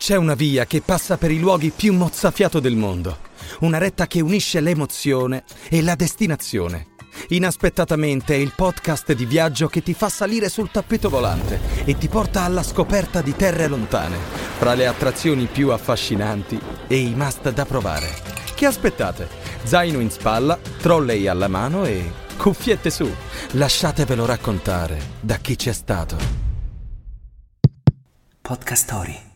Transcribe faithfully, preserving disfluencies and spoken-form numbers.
C'è una via che passa per i luoghi più mozzafiato del mondo. Una retta che unisce l'emozione e la destinazione. Inaspettatamente è il podcast di viaggio che ti fa salire sul tappeto volante e ti porta alla scoperta di terre lontane, fra le attrazioni più affascinanti e i must da provare. Che aspettate? Zaino in spalla, trolley alla mano e cuffiette su. Lasciatevelo raccontare da chi c'è stato. Podcast Story.